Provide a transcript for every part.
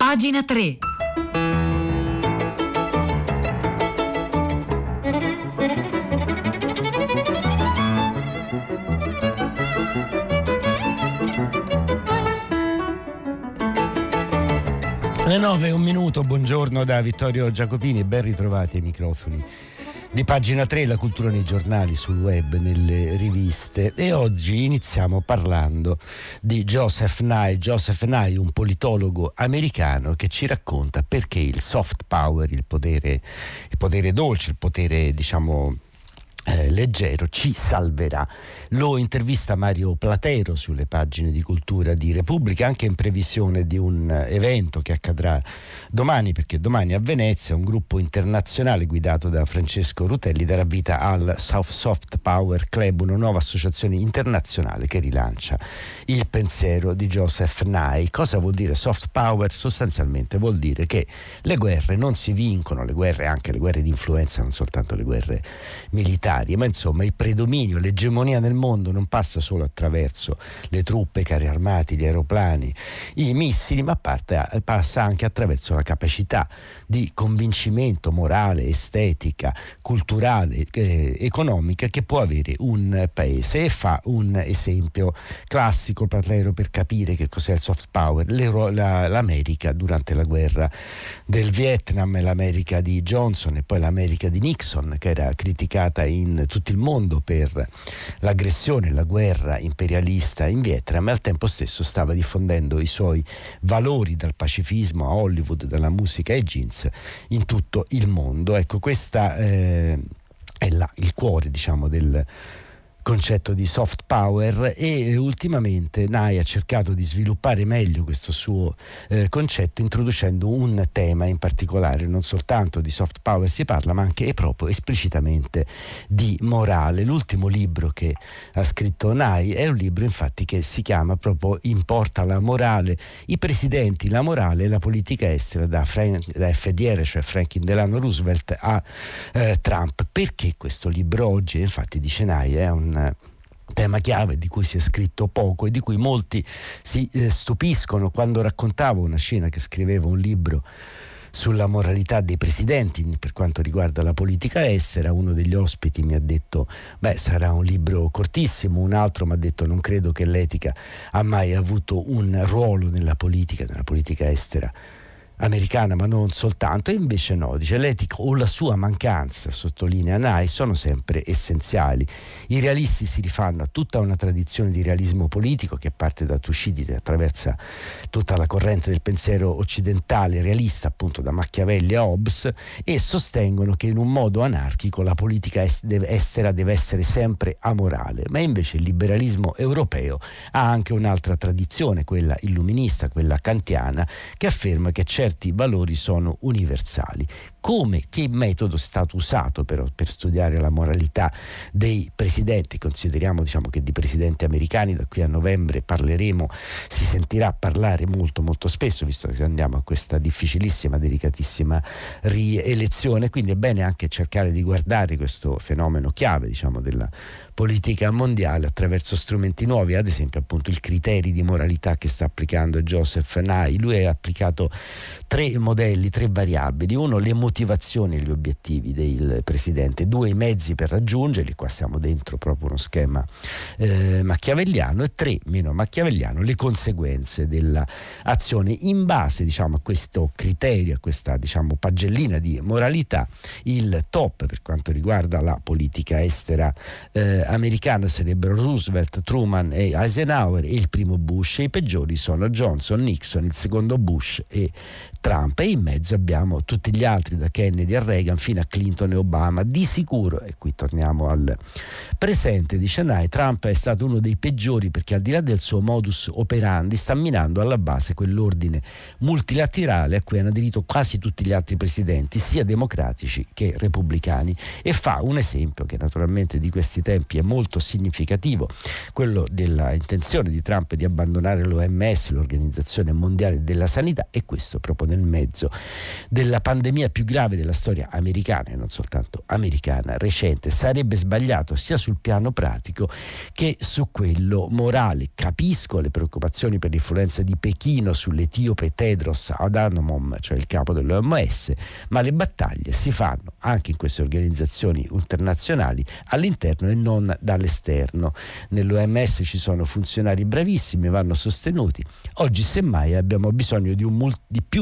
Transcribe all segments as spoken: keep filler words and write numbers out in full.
Pagina tre. Le nove e un minuto, buongiorno da Vittorio Giacopini e ben ritrovati ai microfoni di Pagina tre, la cultura nei giornali, sul web, nelle riviste. E oggi iniziamo parlando di Joseph Nye. Joseph Nye, un politologo americano che ci racconta perché il soft power, il potere, il potere dolce, il potere diciamo Eh, leggero ci salverà. Lo intervista Mario Platero sulle pagine di cultura di Repubblica, anche in previsione di un evento che accadrà domani, perché domani a Venezia un gruppo internazionale guidato da Francesco Rutelli darà vita al South Soft Power Club, una nuova associazione internazionale che rilancia il pensiero di Joseph Nye. Cosa vuol dire soft power? Sostanzialmente vuol dire che le guerre non si vincono, le guerre, anche le guerre di influenza, non soltanto le guerre militari, ma insomma il predominio, l'egemonia nel mondo non passa solo attraverso le truppe, i carri armati, gli aeroplani, i missili, ma parte, passa anche attraverso la capacità di convincimento morale, estetica, culturale, eh, economica che può avere un paese. E fa un esempio classico Platero per capire che cos'è il soft power: la, l'America durante la guerra del Vietnam, l'America di Johnson e poi l'America di Nixon, che era criticata in in tutto il mondo per l'aggressione, la guerra imperialista in Vietnam, e al tempo stesso stava diffondendo i suoi valori, dal pacifismo a Hollywood, dalla musica ai jeans, in tutto il mondo. Ecco, questa eh, è la, il cuore, diciamo, del concetto di soft power, e ultimamente Nye ha cercato di sviluppare meglio questo suo eh, concetto introducendo un tema in particolare. Non soltanto di soft power si parla, ma anche e proprio esplicitamente di morale. L'ultimo libro che ha scritto Nye è un libro infatti che si chiama proprio Importa la morale, i presidenti, la morale e la politica estera, da, Frank, da F D R, cioè Franklin Delano Roosevelt, a eh, Trump. Perché questo libro oggi? Infatti dice Nye è un tema chiave di cui si è scritto poco e di cui molti si eh, stupiscono. Quando raccontavo una scena che scrivevo un libro sulla moralità dei presidenti per quanto riguarda la politica estera, uno degli ospiti mi ha detto beh, sarà un libro cortissimo. Un altro mi ha detto non credo che l'etica ha mai avuto un ruolo nella politica, nella politica estera americana, ma non soltanto. E invece no, dice, l'etica o la sua mancanza, sottolinea Nye, sono sempre essenziali. I realisti si rifanno a tutta una tradizione di realismo politico che parte da Tucidide, attraversa tutta la corrente del pensiero occidentale realista, appunto da Machiavelli a Hobbes, e sostengono che in un modo anarchico la politica estera deve essere sempre amorale. Ma invece il liberalismo europeo ha anche un'altra tradizione, quella illuminista, quella kantiana, che afferma che c'è certi valori sono universali. Come, che metodo è stato usato però per studiare la moralità dei presidenti? Consideriamo, diciamo, che di presidenti americani da qui a novembre parleremo, si sentirà parlare molto molto spesso, visto che andiamo a questa difficilissima, delicatissima rielezione. Quindi è bene anche cercare di guardare questo fenomeno chiave, diciamo, della politica mondiale attraverso strumenti nuovi, ad esempio appunto i criteri di moralità che sta applicando Joseph Nye. Lui ha applicato tre modelli, tre variabili: uno, le motivazioni e gli obiettivi del presidente; due, i mezzi per raggiungerli, qua siamo dentro proprio uno schema eh, machiavelliano; e tre, meno machiavelliano, le conseguenze dell'azione. In base, diciamo, a questo criterio, a questa, diciamo, pagellina di moralità, il top per quanto riguarda la politica estera eh, americana sarebbero Roosevelt, Truman e Eisenhower, e il primo Bush, e i peggiori sono Johnson, Nixon, il secondo Bush e Trump, e in mezzo abbiamo tutti gli altri, da Kennedy a Reagan fino a Clinton e Obama. Di sicuro, e qui torniamo al presente, dice Nye, Trump è stato uno dei peggiori perché al di là del suo modus operandi sta minando alla base quell'ordine multilaterale a cui hanno aderito quasi tutti gli altri presidenti, sia democratici che repubblicani. E fa un esempio che naturalmente di questi tempi è molto significativo, quello della intenzione di Trump di abbandonare l'O M S, l'Organizzazione Mondiale della Sanità, e questo proprio purtroppo nel mezzo della pandemia più grave della storia americana e non soltanto americana recente. Sarebbe sbagliato sia sul piano pratico che su quello morale. Capisco le preoccupazioni per l'influenza di Pechino sull'etiope Tedros Adhanom, cioè il capo dell'O M S, ma le battaglie si fanno anche in queste organizzazioni internazionali all'interno e non dall'esterno. Nell'O M S ci sono funzionari bravissimi, vanno sostenuti. Oggi semmai abbiamo bisogno di, un mul- di più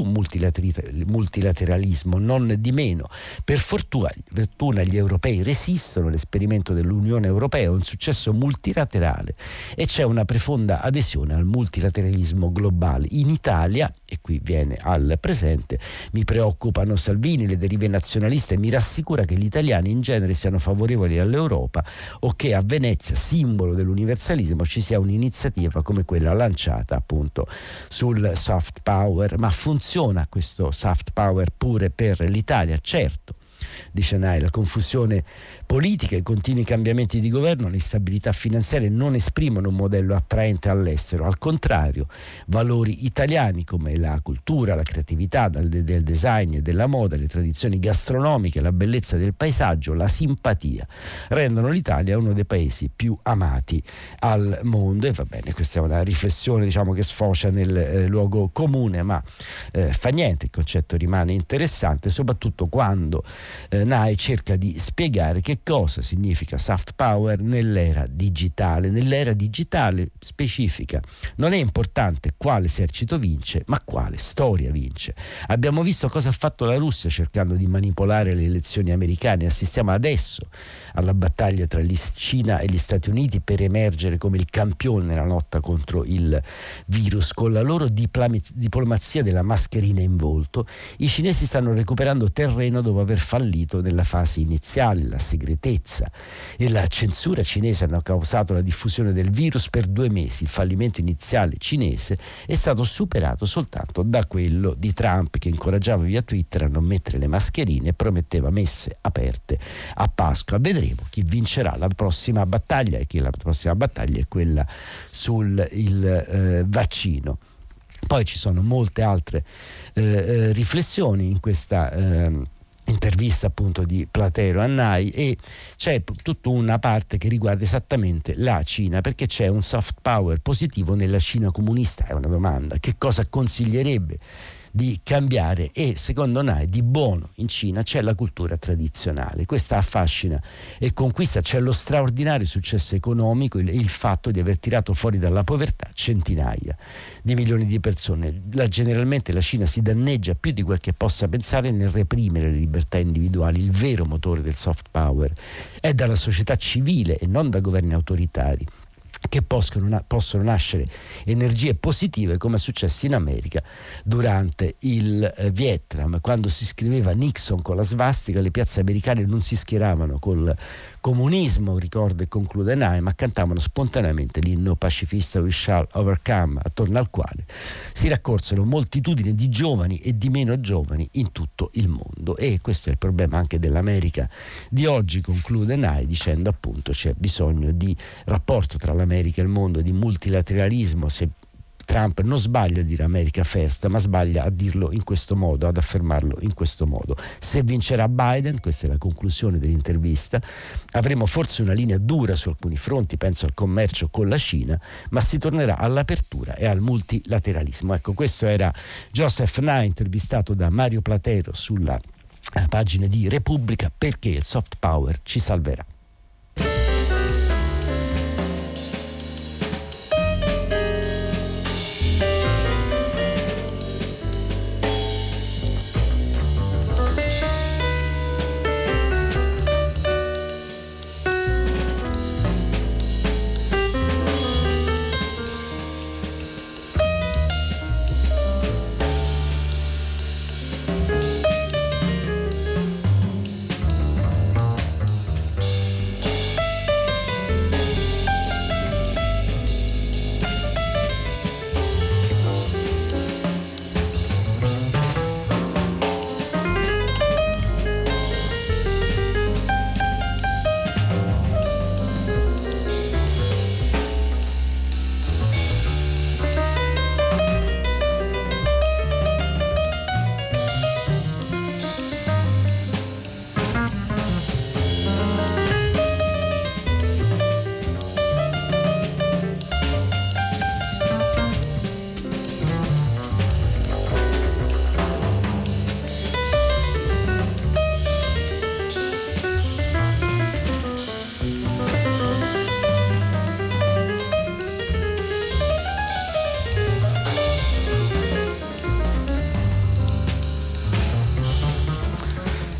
multilateralismo, non di meno. Per fortuna, fortuna gli europei resistono, l'esperimento dell'Unione Europea è un successo multilaterale e c'è una profonda adesione al multilateralismo globale. In Italia, e qui viene al presente, mi preoccupano Salvini, le derive nazionaliste, mi rassicura che gli italiani in genere siano favorevoli all'Europa o che a Venezia, simbolo dell'universalismo, ci sia un'iniziativa come quella lanciata appunto sul soft power. Ma funziona questo soft power pure per l'Italia? Certo. Dice Nai, la confusione politica, i continui cambiamenti di governo, l'instabilità finanziaria non esprimono un modello attraente all'estero. Al contrario, valori italiani come la cultura, la creatività del design e della moda, le tradizioni gastronomiche, la bellezza del paesaggio, la simpatia rendono l'Italia uno dei paesi più amati al mondo. E va bene, questa è una riflessione, diciamo, che sfocia nel eh, luogo comune, ma eh, fa niente, il concetto rimane interessante, soprattutto quando eh, Nai cerca di spiegare che cosa significa soft power nell'era digitale. Nell'era digitale specifica non è importante quale esercito vince, ma quale storia vince. Abbiamo visto cosa ha fatto la Russia cercando di manipolare le elezioni americane. Assistiamo adesso alla battaglia tra la Cina e gli Stati Uniti per emergere come il campione nella lotta contro il virus. Con la loro diplomazia della mascherina in volto, i cinesi stanno recuperando terreno dopo aver fallito nella fase iniziale. La segretezza e la censura cinese hanno causato la diffusione del virus per due mesi. Il fallimento iniziale cinese è stato superato soltanto da quello di Trump, che incoraggiava via Twitter a non mettere le mascherine e prometteva messe aperte a Pasqua. Vedremo chi vincerà la prossima battaglia, e che la prossima battaglia è quella sul il, eh, vaccino. Poi ci sono molte altre eh, eh, riflessioni in questa eh, intervista appunto di Platero a Nai, e c'è tutta una parte che riguarda esattamente la Cina, perché c'è un soft power positivo nella Cina comunista. È una domanda: che cosa consiglierebbe di cambiare? E secondo Nai di buono in Cina c'è la cultura tradizionale, questa affascina e conquista. C'è lo straordinario successo economico, il, il fatto di aver tirato fuori dalla povertà centinaia di milioni di persone. La, generalmente la Cina si danneggia più di quel che possa pensare nel reprimere le libertà individuali. Il vero motore del soft power è dalla società civile e non da governi autoritari, che possono, possono nascere energie positive, come è successo in America durante il eh, Vietnam. Quando si scriveva Nixon con la svastica, le piazze americane non si schieravano col comunismo, ricorda e conclude Nai, ma cantavano spontaneamente l'inno pacifista We Shall Overcome, attorno al quale si raccolsero moltitudini di giovani e di meno giovani in tutto il mondo. E questo è il problema anche dell'America di oggi, conclude Nai, dicendo appunto c'è bisogno di rapporto tra l'America e il mondo, di multilateralismo. Se Trump non sbaglia a dire America First, ma sbaglia a dirlo in questo modo, ad affermarlo in questo modo. Se vincerà Biden, questa è la conclusione dell'intervista, avremo forse una linea dura su alcuni fronti, penso al commercio con la Cina, ma si tornerà all'apertura e al multilateralismo. Ecco, questo era Joseph Nye, intervistato da Mario Platero sulla pagina di Repubblica, perché il soft power ci salverà.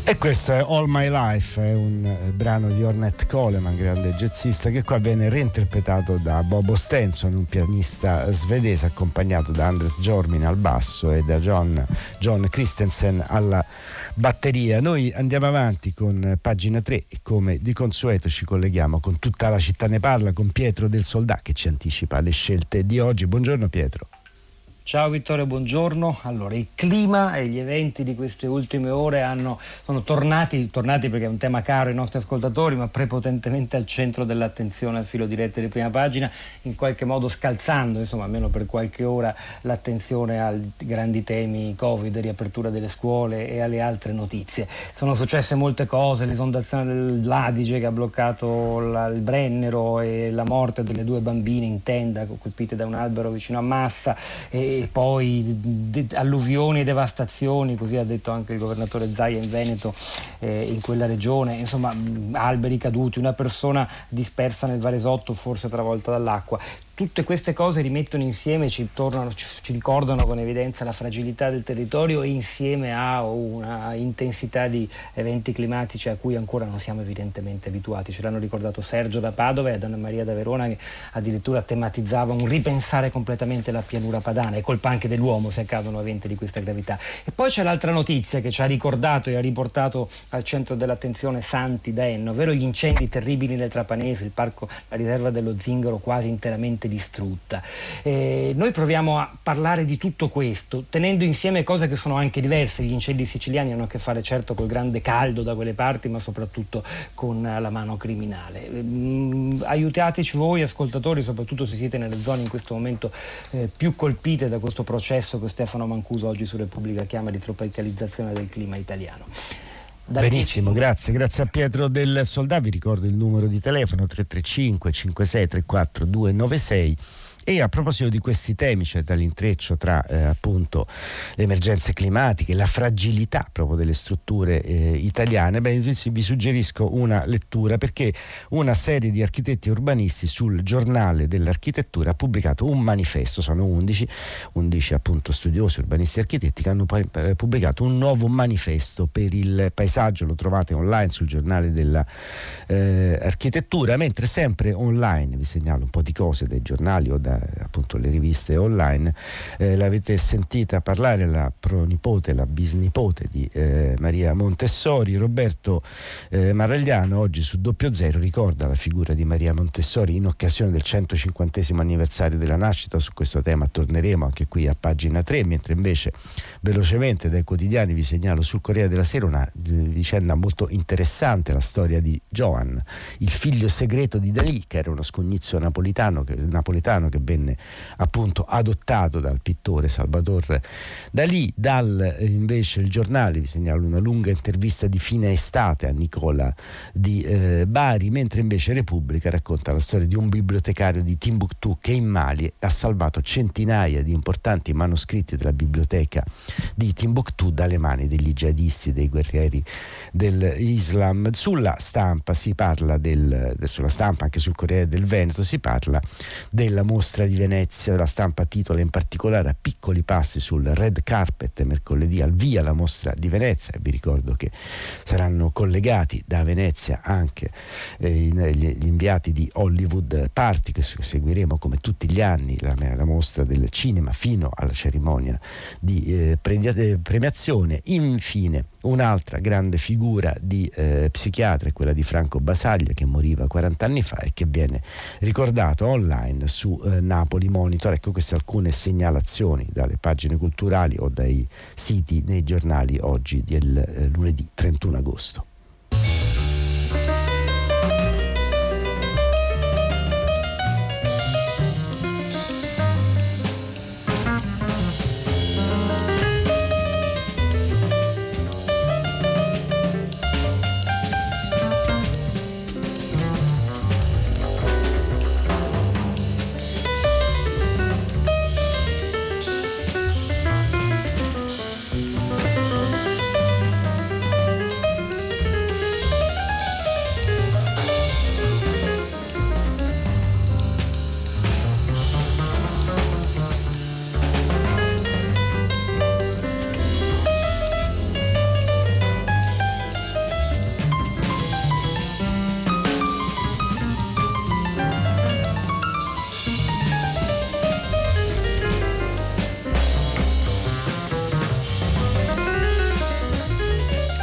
E questo è All My Life, è un eh, brano di Ornette Coleman, grande jazzista, che qua viene reinterpretato da Bobo Stenson, un pianista svedese, accompagnato da Anders Jormin al basso e da John, John Christensen alla batteria. Noi andiamo avanti con pagina tre e come di consueto ci colleghiamo con Tutta la città ne parla, con Pietro del Soldà che ci anticipa le scelte di oggi. Buongiorno Pietro. Ciao Vittorio, buongiorno. Allora, il clima e gli eventi di queste ultime ore hanno, sono tornati, tornati perché è un tema caro ai nostri ascoltatori, ma prepotentemente al centro dell'attenzione al filo diretto di Prima Pagina, in qualche modo scalzando, insomma, almeno per qualche ora, l'attenzione ai grandi temi Covid, riapertura delle scuole e alle altre notizie. Sono successe molte cose, l'esondazione dell'Adige che ha bloccato la, il Brennero e la morte delle due bambine in tenda colpite da un albero vicino a Massa, e e poi de- alluvioni e devastazioni, così ha detto anche il governatore Zaia in Veneto, eh, in quella regione, insomma mh, alberi caduti, una persona dispersa nel Varesotto, forse travolta dall'acqua. Tutte queste cose rimettono insieme, ci, tornano, ci, ci ricordano con evidenza la fragilità del territorio, e insieme a una intensità di eventi climatici a cui ancora non siamo evidentemente abituati. Ce l'hanno ricordato Sergio da Padova e Anna Maria da Verona, che addirittura tematizzava un ripensare completamente la pianura padana. È colpa anche dell'uomo se accadono eventi di questa gravità. E poi c'è l'altra notizia che ci ha ricordato e ha riportato al centro dell'attenzione Santi da Enna, ovvero gli incendi terribili nel Trapanese, il parco, la riserva dello Zingaro quasi interamente distrutta. Eh, noi proviamo a parlare di tutto questo tenendo insieme cose che sono anche diverse. Gli incendi siciliani hanno a che fare certo col grande caldo da quelle parti, ma soprattutto con la mano criminale. Mm, aiutateci voi ascoltatori, soprattutto se siete nelle zone in questo momento eh, più colpite da questo processo che Stefano Mancuso oggi su Repubblica chiama di tropicalizzazione del clima italiano. Benissimo, grazie, grazie a Pietro del Soldà. Vi ricordo il numero di telefono tre tre cinque cinque sei tre quattro due nove sei. E a proposito di questi temi, cioè dall'intreccio tra eh, appunto le emergenze climatiche, la fragilità proprio delle strutture eh, italiane, beh, vi suggerisco una lettura, perché una serie di architetti e urbanisti sul Giornale dell'Architettura ha pubblicato un manifesto. Sono undici, undici appunto studiosi, urbanisti e architetti che hanno pubblicato un nuovo manifesto per il paesaggio. Lo trovate online sul Giornale dell'Architettura, eh, mentre sempre online vi segnalo un po' di cose dai giornali o da appunto le riviste online. Eh, l'avete sentita parlare la pronipote, la bisnipote di eh, Maria Montessori. Roberto eh, Maragliano oggi su Doppio Zero ricorda la figura di Maria Montessori in occasione del centocinquantesimo anniversario della nascita. Su questo tema torneremo anche qui a pagina tre, mentre invece velocemente dai quotidiani vi segnalo sul Corriere della Sera una vicenda molto interessante, la storia di Joan, il figlio segreto di Dalì, che era uno scognizzo napoletano che, napoletano che venne appunto adottato dal pittore Salvatore Dalì. Dal invece il Giornale vi segnalo una lunga intervista di fine estate a Nicola di eh, Bari, mentre invece Repubblica racconta la storia di un bibliotecario di Timbuktu che in Mali ha salvato centinaia di importanti manoscritti della biblioteca di Timbuktu dalle mani degli jihadisti, dei guerrieri dell'Islam. Sulla stampa si parla del, sulla stampa anche sul Corriere del Veneto si parla della mostra di Venezia. La stampa titola in particolare: a piccoli passi sul red carpet mercoledì al via la mostra di Venezia, e vi ricordo che saranno collegati da Venezia anche eh, gli, gli inviati di Hollywood Party, che seguiremo come tutti gli anni la, la mostra del cinema fino alla cerimonia di eh, premiazione. Infine un'altra grande figura di eh, psichiatra è quella di Franco Basaglia, che moriva quaranta anni fa e che viene ricordato online su eh, Napoli Monitor. Ecco, queste alcune segnalazioni dalle pagine culturali o dai siti nei giornali oggi del eh, lunedì trentuno agosto.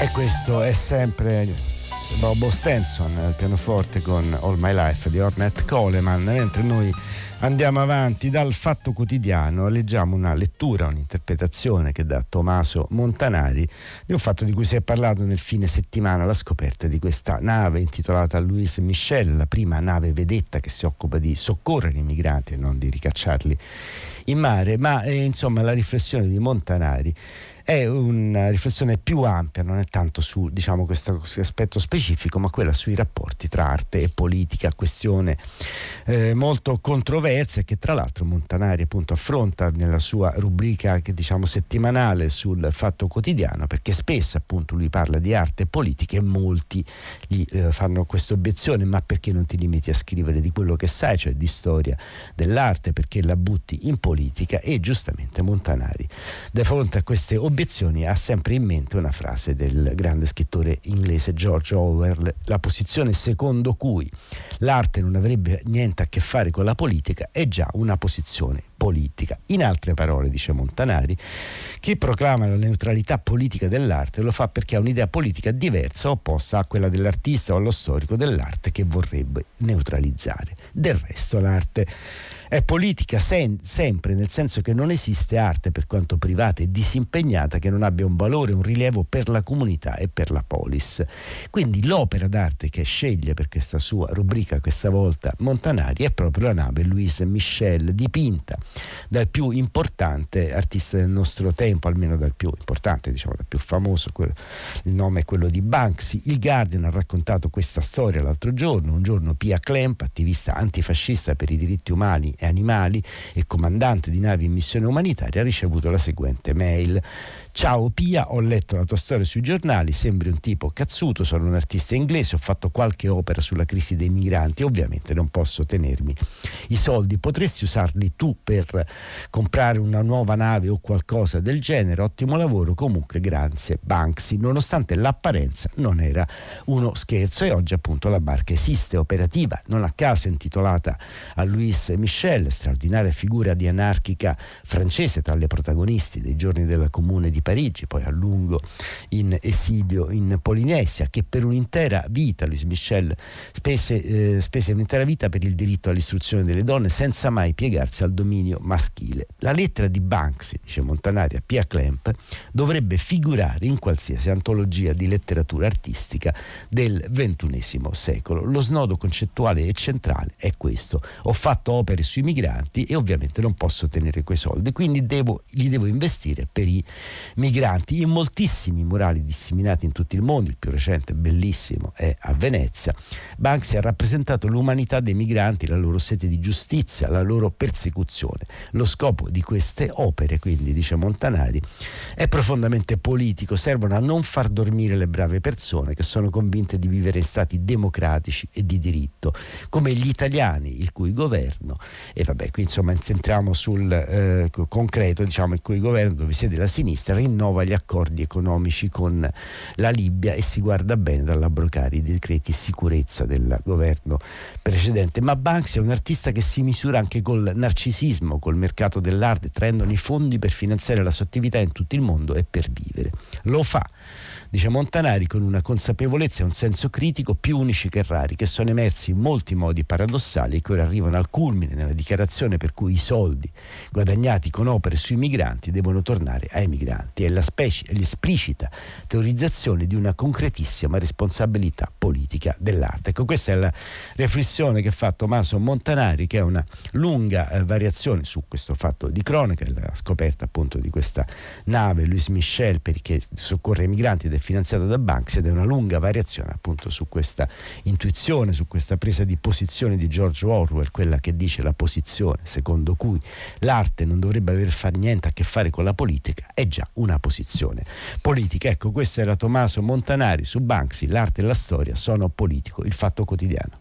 E questo è sempre Bobo Stenson al pianoforte con All My Life di Ornette Coleman. Mentre noi andiamo avanti dal Fatto Quotidiano, leggiamo una lettura, un'interpretazione che dà Tommaso Montanari di un fatto di cui si è parlato nel fine settimana, la scoperta di questa nave intitolata Louis Michel, la prima nave vedetta che si occupa di soccorrere i migranti e non di ricacciarli in mare. Ma eh, insomma la riflessione di Montanari è una riflessione più ampia, non è tanto su, diciamo, questo aspetto specifico, ma quella sui rapporti tra arte e politica, questione eh, molto controversa, che tra l'altro Montanari appunto affronta nella sua rubrica, che diciamo settimanale, sul Fatto Quotidiano, perché spesso appunto lui parla di arte e politica e molti gli eh, fanno questa obiezione: ma perché non ti limiti a scrivere di quello che sai, cioè di storia dell'arte, perché la butti in politica? E giustamente Montanari, di fronte a queste obiezioni, ha sempre in mente una frase del grande scrittore inglese George Orwell: la posizione secondo cui l'arte non avrebbe niente a che fare con la politica è già una posizione politica. In altre parole, dice Montanari, chi proclama la neutralità politica dell'arte lo fa perché ha un'idea politica diversa, opposta a quella dell'artista o allo storico dell'arte che vorrebbe neutralizzare. Del resto l'arte è politica sen- sempre, nel senso che non esiste arte, per quanto privata e disimpegnata, che non abbia un valore, un rilievo per la comunità e per la polis. Quindi l'opera d'arte che sceglie per questa sua rubrica questa volta Montanari è proprio la nave Louis Michel, dipinta dal più importante artista del nostro tempo, almeno dal più importante, diciamo dal più famoso, quello, il nome è quello di Banksy. Il Guardian ha raccontato questa storia l'altro giorno. Un giorno Pia Klemp, attivista antifascista per i diritti umani e animali e comandante di navi in missione umanitaria, ha ricevuto la seguente mail: ciao Pia, ho letto la tua storia sui giornali, sembri un tipo cazzuto, sono un artista inglese, ho fatto qualche opera sulla crisi dei migranti, ovviamente non posso tenermi i soldi, potresti usarli tu per comprare una nuova nave o qualcosa del genere? Ottimo lavoro, comunque grazie Banksy. Nonostante l'apparenza non era uno scherzo, e oggi appunto la barca esiste, operativa, non a caso intitolata a Louis Michel, straordinaria figura di anarchica francese, tra le protagonisti dei giorni della Comune di Parigi, poi a lungo in esilio in Polinesia, che per un'intera vita Louis Michel spese, eh, spese un'intera vita per il diritto all'istruzione delle donne, senza mai piegarsi al dominio maschile. La lettera di Banksy, dice Montanari, a Pia Klemp dovrebbe figurare in qualsiasi antologia di letteratura artistica del ventunesimo secolo. Lo snodo concettuale e centrale è questo: ho fatto opere sui migranti e ovviamente non posso tenere quei soldi, quindi devo, li devo investire per i migranti. In moltissimi murali disseminati in tutto il mondo, il più recente, bellissimo, è a Venezia, Banksy ha rappresentato l'umanità dei migranti, la loro sete di giustizia, la loro persecuzione. Lo scopo di queste opere, quindi, dice Montanari, è profondamente politico, servono a non far dormire le brave persone che sono convinte di vivere in stati democratici e di diritto, come gli italiani, il cui governo, e vabbè, qui insomma entriamo sul eh, concreto, diciamo, il cui governo, dove siede la sinistra, rinnova gli accordi economici con la Libia e si guarda bene dall'abrogare i decreti sicurezza del governo precedente. Ma Banksy è un artista che si misura anche col narcisismo, col mercato dell'arte, traendone i fondi per finanziare la sua attività in tutto il mondo e per vivere. Lo fa, dice Montanari, con una consapevolezza e un senso critico più unici che rari, che sono emersi in molti modi paradossali e che ora arrivano al culmine nella dichiarazione per cui i soldi guadagnati con opere sui migranti devono tornare ai migranti. È la specie, è l'esplicita teorizzazione di una concretissima responsabilità politica dell'arte. Ecco, questa è la riflessione che fa Tommaso Montanari, che è una lunga eh, variazione su questo fatto di cronaca, la scoperta appunto di questa nave Louis Michel, perché soccorre i migranti ed è finanziata da Banksy, ed è una lunga variazione appunto su questa intuizione, su questa presa di posizione di George Orwell, quella che dice la posizione secondo cui l'arte non dovrebbe aver fare niente a che fare con la politica è già una posizione politica. Ecco, questo era Tommaso Montanari su Banksy, l'arte e la storia sono politico, il Fatto Quotidiano.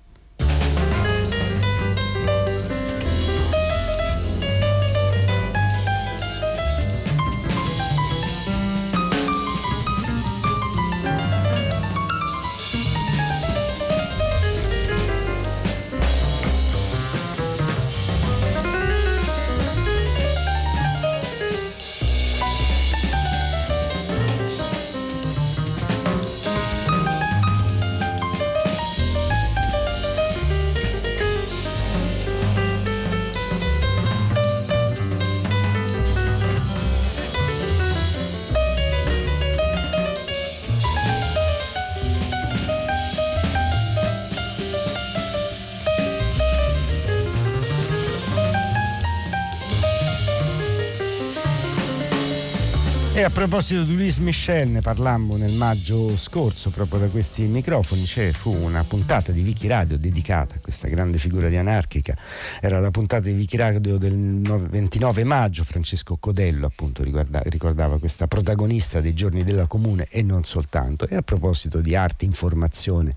E a proposito di Louis Michel, ne parlammo nel maggio scorso proprio da questi microfoni. C'è, fu una puntata di Wiki Radio dedicata a questa grande figura di anarchica. Era la puntata di Wiki Radio del ventinove maggio. Francesco Codello appunto riguarda, ricordava questa protagonista dei giorni della Comune e non soltanto. E a proposito di arte, informazione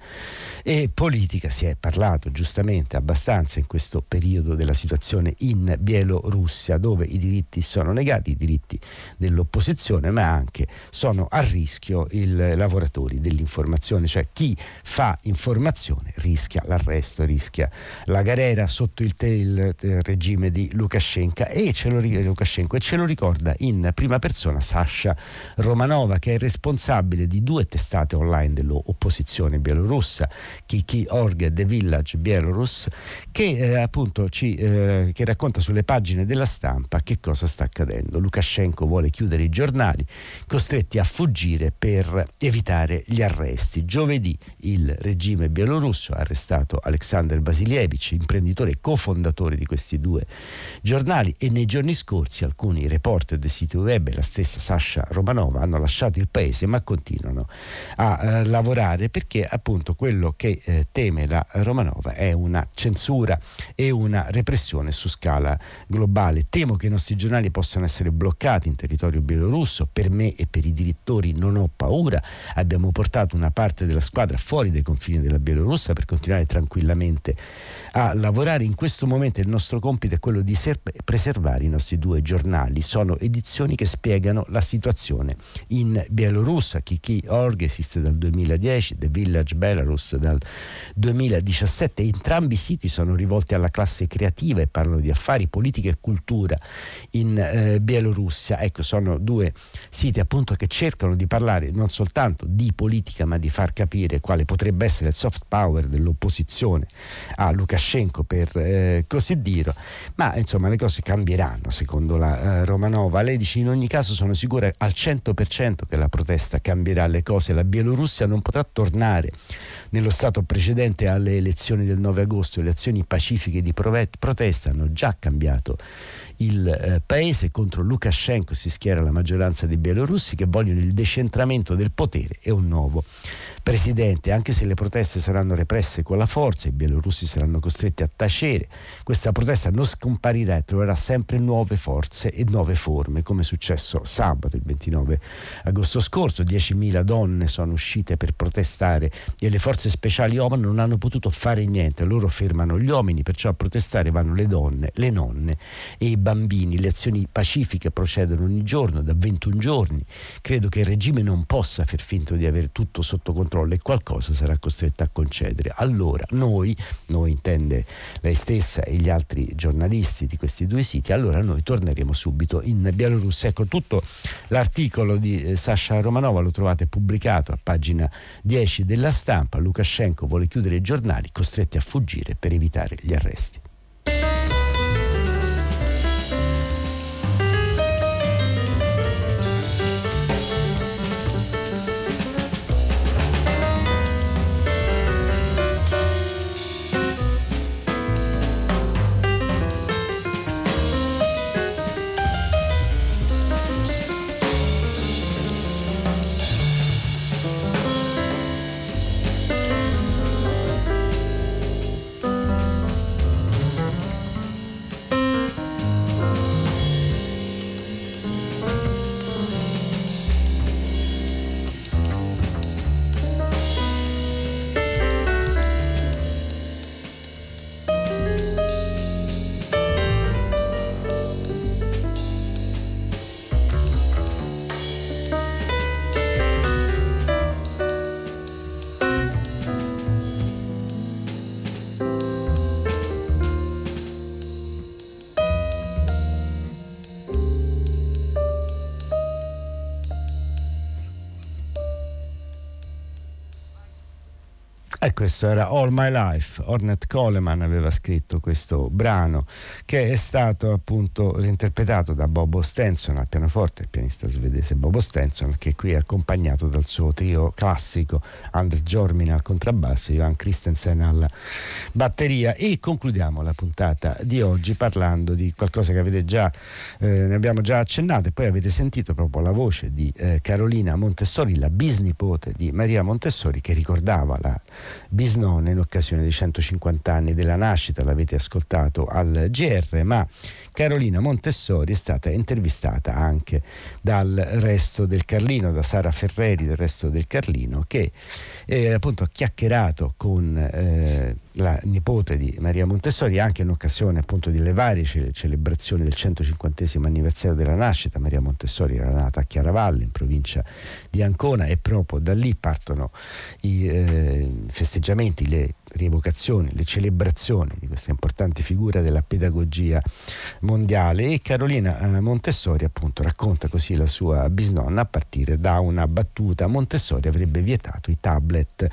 e politica si è parlato giustamente abbastanza in questo periodo della situazione in Bielorussia, dove i diritti sono negati, i diritti dell'opposizione, ma anche sono a rischio i lavoratori dell'informazione, cioè chi fa informazione rischia l'arresto, rischia la galera sotto il, te, il, il regime di Lukashenko e ce lo, Lukashenko e ce lo ricorda in prima persona Sasha Romanova, che è responsabile di due testate online dell'opposizione bielorussa, Kiki Org e The Village Belarus, che eh, appunto ci eh, che racconta sulle pagine della Stampa che cosa sta accadendo. Lukashenko vuole chiudere i giornali, costretti a fuggire per evitare gli arresti. Giovedì il regime bielorusso ha arrestato Alexander Vasilievich, imprenditore e cofondatore di questi due giornali, e nei giorni scorsi alcuni reporter del sito web e la stessa Sasha Romanova hanno lasciato il paese, ma continuano a eh, lavorare perché appunto quello che eh, teme la Romanova è una censura e una repressione su scala globale. Temo che i nostri giornali possano essere bloccati in territorio bielorusso. Per me e per i direttori non ho paura. Abbiamo portato una parte della squadra fuori dai confini della Bielorussia per continuare tranquillamente a lavorare. In questo momento il nostro compito è quello di ser- preservare i nostri due giornali. Sono edizioni che spiegano la situazione in Bielorussia. Kiki Org esiste dal duemiladieci, The Village Belarus dal duemiladiciassette. Entrambi i siti sono rivolti alla classe creativa e parlano di affari, politica e cultura in eh, Bielorussia. Ecco, sono due siti appunto che cercano di parlare non soltanto di politica, ma di far capire quale potrebbe essere il soft power dell'opposizione a Lukashenko, per eh, così dire. Ma insomma le cose cambieranno secondo la eh, Romanova. Lei dice: in ogni caso sono sicura al cento per cento che la protesta cambierà le cose. La Bielorussia non potrà tornare nello stato precedente alle elezioni del nove agosto. Le azioni pacifiche di protesta hanno già cambiato il eh, paese. Contro Lukashenko si schiera la maggioranza dei bielorussi che vogliono il decentramento del potere e un nuovo presidente. Anche se le proteste saranno represse con la forza, i bielorussi saranno costretti a tacere. Questa protesta non scomparirà e troverà sempre nuove forze e nuove forme, come è successo sabato, il ventinove agosto scorso. diecimila donne sono uscite per protestare e le forze speciali ONU non hanno potuto fare niente. Loro fermano gli uomini, perciò a protestare vanno le donne, le nonne e i bambini. Le azioni pacifiche procedono ogni giorno da ventuno giorni. Credo che il regime non possa far finta di avere tutto sotto controllo e qualcosa sarà costretto a concedere. Allora noi, noi intende lei stessa e gli altri giornalisti di questi due siti, allora noi torneremo subito in Bielorussia. Ecco, tutto l'articolo di eh, Sasha Romanova lo trovate pubblicato a pagina dieci della Stampa. Lukashenko vuole chiudere i giornali, costretti a fuggire per evitare gli arresti. E questo era All My Life. Ornette Coleman aveva scritto questo brano, che è stato appunto reinterpretato da Bobo Stenson al pianoforte, il pianista svedese Bobo Stenson, che qui è accompagnato dal suo trio classico, Anders Jormin al contrabbasso, Johan Christensen alla batteria. E concludiamo la puntata di oggi parlando di qualcosa che avete già eh, ne abbiamo già accennato, e poi avete sentito proprio la voce di eh, Carolina Montessori, la bisnipote di Maria Montessori, che ricordava la bisnonna in occasione dei centocinquanta anni della nascita. L'avete ascoltato al G R, ma Carolina Montessori è stata intervistata anche dal Resto del Carlino, da Sara Ferreri del Resto del Carlino, che eh, appunto ha chiacchierato con eh, la nipote di Maria Montessori anche in occasione appunto delle varie ce- celebrazioni del centocinquantesimo anniversario della nascita. Maria Montessori era nata a Chiaravalle, in provincia di Ancona, e proprio da lì partono i eh, festeggiamenti, le rievocazioni, le celebrazioni di questa importante figura della pedagogia mondiale. E Carolina eh, Montessori appunto racconta così la sua bisnonna, a partire da una battuta: Montessori avrebbe vietato i tablet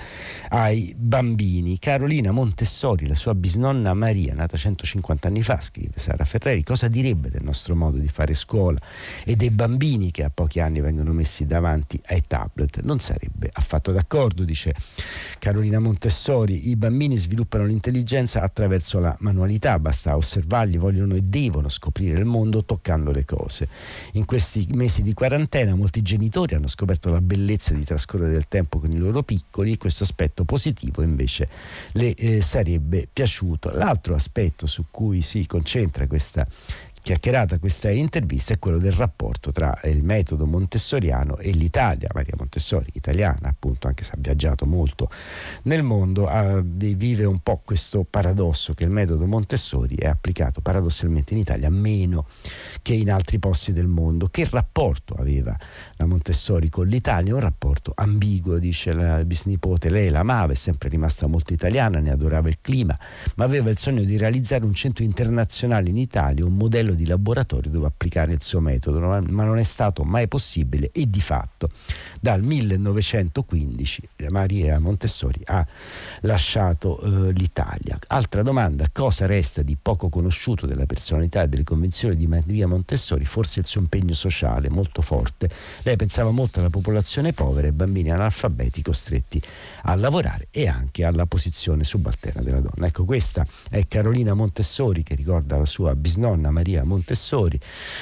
ai bambini. Carolina Montessori, la sua bisnonna Maria, nata centocinquanta anni fa, scrive Sara Ferreri, cosa direbbe del nostro modo di fare scuola e dei bambini che a pochi anni vengono messi davanti ai tablet? Non sarebbe affatto d'accordo, dice Carolina Montessori. I bambini sviluppano l'intelligenza attraverso la manualità, basta osservarli, vogliono e devono scoprire il mondo toccando le cose. In questi mesi di quarantena molti genitori hanno scoperto la bellezza di trascorrere del tempo con i loro piccoli, e questo aspetto positivo invece le eh, sarebbe piaciuto. L'altro aspetto su cui si concentra questa chiacchierata, questa intervista, è quello del rapporto tra il metodo montessoriano e l'Italia. Maria Montessori, italiana appunto, anche se ha viaggiato molto nel mondo, ha, vive un po' questo paradosso che il metodo Montessori è applicato paradossalmente in Italia meno che in altri posti del mondo. Che rapporto aveva la Montessori con l'Italia? Un rapporto ambiguo, dice la bisnipote. Lei la amava, è sempre rimasta molto italiana, ne adorava il clima, ma aveva il sogno di realizzare un centro internazionale in Italia, un modello di laboratorio dove applicare il suo metodo, ma non è stato mai possibile, e di fatto dal millenovecentoquindici Maria Montessori ha lasciato eh, l'Italia. Altra domanda: cosa resta di poco conosciuto della personalità e delle convinzioni di Maria Montessori? Forse il suo impegno sociale molto forte. Lei pensava molto alla popolazione povera, ai bambini analfabeti costretti a lavorare, e anche alla posizione subalterna della donna. Ecco, questa è Carolina Montessori, che ricorda la sua bisnonna Maria Montessori.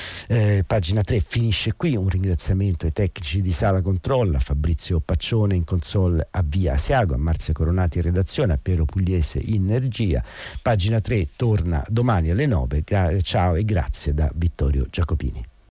Eh, pagina tre finisce qui. Un ringraziamento ai tecnici di Sala Controlla, a Fabrizio Paccione in console, a Via Asiago, a Marzia Coronati in redazione, a Piero Pugliese in regia. Pagina tre torna domani alle nove. Gra- ciao e grazie da Vittorio Giacopini.